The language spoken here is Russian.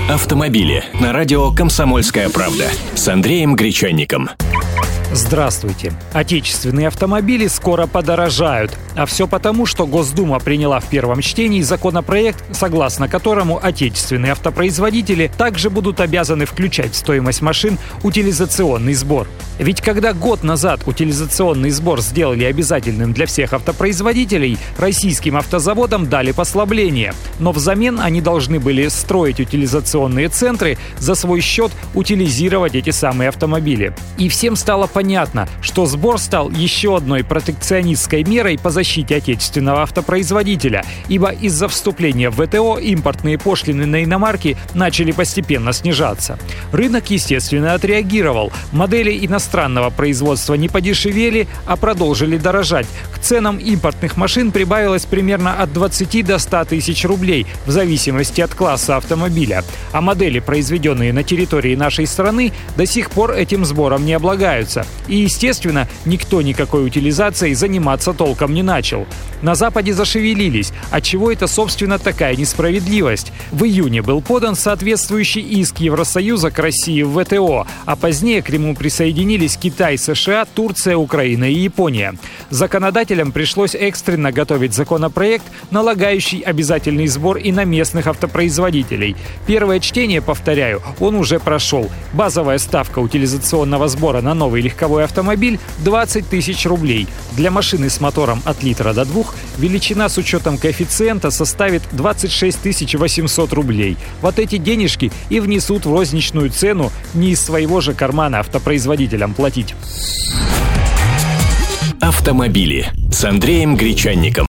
Автомобили на радио «Комсомольская правда» с Андреем Гречанником. Здравствуйте. Отечественные автомобили скоро подорожают. А все потому, что Госдума приняла в первом чтении законопроект, согласно которому отечественные автопроизводители также будут обязаны включать в стоимость машин утилизационный сбор. Ведь когда год назад утилизационный сбор сделали обязательным для всех автопроизводителей, российским автозаводам дали послабление. Но взамен они должны были строить утилизационные центры, за свой счет утилизировать эти самые автомобили. И всем стало понятно, что сбор стал еще одной протекционистской мерой по защите отечественного автопроизводителя, ибо из-за вступления в ВТО импортные пошлины на иномарки начали постепенно снижаться. Рынок, естественно, отреагировал. Модели иностранного производства не подешевели, а продолжили дорожать. К ценам импортных машин прибавилось примерно от 20 до 100 тысяч рублей, в зависимости от класса автомобиля. А модели, произведенные на территории нашей страны, до сих пор этим сбором не облагаются. И, естественно, никто никакой утилизацией заниматься толком не начал. На Западе зашевелились. Отчего это, собственно, такая несправедливость? В июне был подан соответствующий иск Евросоюза к России в ВТО, а позднее к нему присоединились Китай, США, Турция, Украина и Япония. Законодателям пришлось экстренно готовить законопроект, налагающий обязательный сбор и на местных автопроизводителей. Первое чтение, повторяю, он уже прошел. Базовая ставка утилизационного сбора на новый легковой автомобиль – 20 тысяч рублей. Для машины с мотором от литра до 2 величина с учетом коэффициента составит 26 800 рублей. Вот эти денежки и внесут в розничную цену, не из своего же кармана автопроизводителям платить. Автомобили с Андреем Гречанником.